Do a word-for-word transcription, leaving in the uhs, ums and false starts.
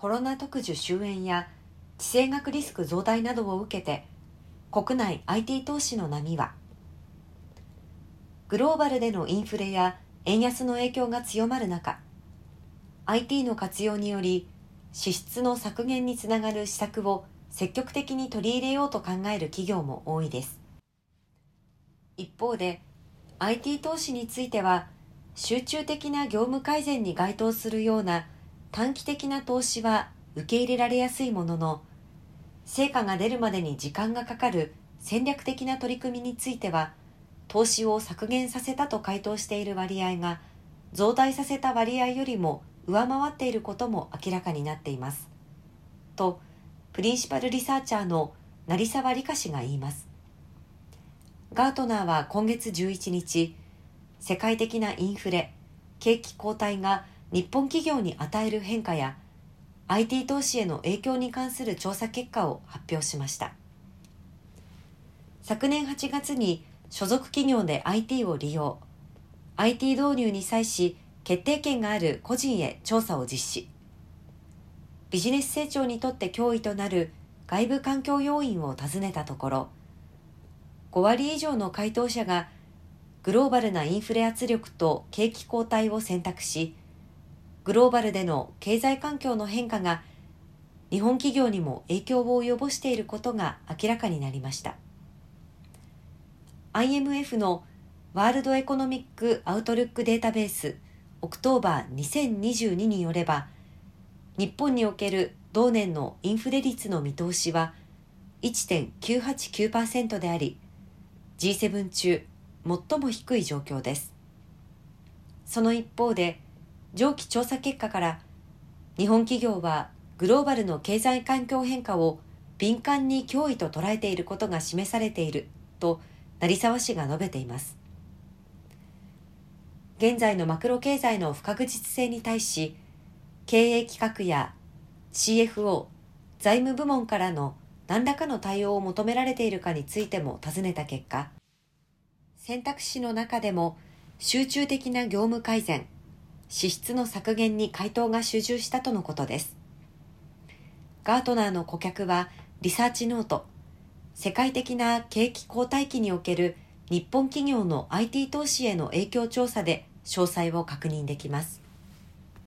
コロナ特需終焉や地政学リスク増大などを受けて、国内 アイティー 投資の波は、グローバルでのインフレや円安の影響が強まる中、アイティー の活用により支出の削減につながる施策を積極的に取り入れようと考える企業も多いです。一方で アイティー 投資については、集中的な業務改善に該当するような短期的な投資は受け入れられやすいものの、成果が出るまでに時間がかかる戦略的な取り組みについては、投資を削減させたと回答している割合が増大させた割合よりも上回っていることも明らかになっています。と、プリンシパルリサーチャーの成沢理香氏が言います。ガートナーは今月じゅういちにち、世界的なインフレ、景気後退が日本企業に与える変化や アイティー 投資への影響に関する調査結果を発表しました。昨年はちがつに所属企業で アイティー を利用、アイティー 導入に際し決定権がある個人へ調査を実施。ビジネス成長にとって脅威となる外部環境要因を尋ねたところ、ごわり以上の回答者がグローバルなインフレ圧力と景気後退を選択し、グローバルでの経済環境の変化が日本企業にも影響を及ぼしていることが明らかになりました。アイエムエフ のワールドエコノミックアウトルックデータベースオクトーバーにせんにじゅうにによれば、日本における同年のインフレ率の見通しは いってんきゅうはちきゅうパーセント であり、ジーセブン 中最も低い状況です。その一方で、上記調査結果から日本企業はグローバルの経済環境変化を敏感に脅威と捉えていることが示されていると成沢氏が述べています。現在のマクロ経済の不確実性に対し、経営企画や シーエフオー、財務部門からの何らかの対応を求められているかについても尋ねた結果、選択肢の中でも集中的な業務改善、支出の削減に回答が集中したとのことです。ガートナーの顧客はリサーチノート、世界的な景気後退期における日本企業の アイティー 投資への影響調査で詳細を確認できます。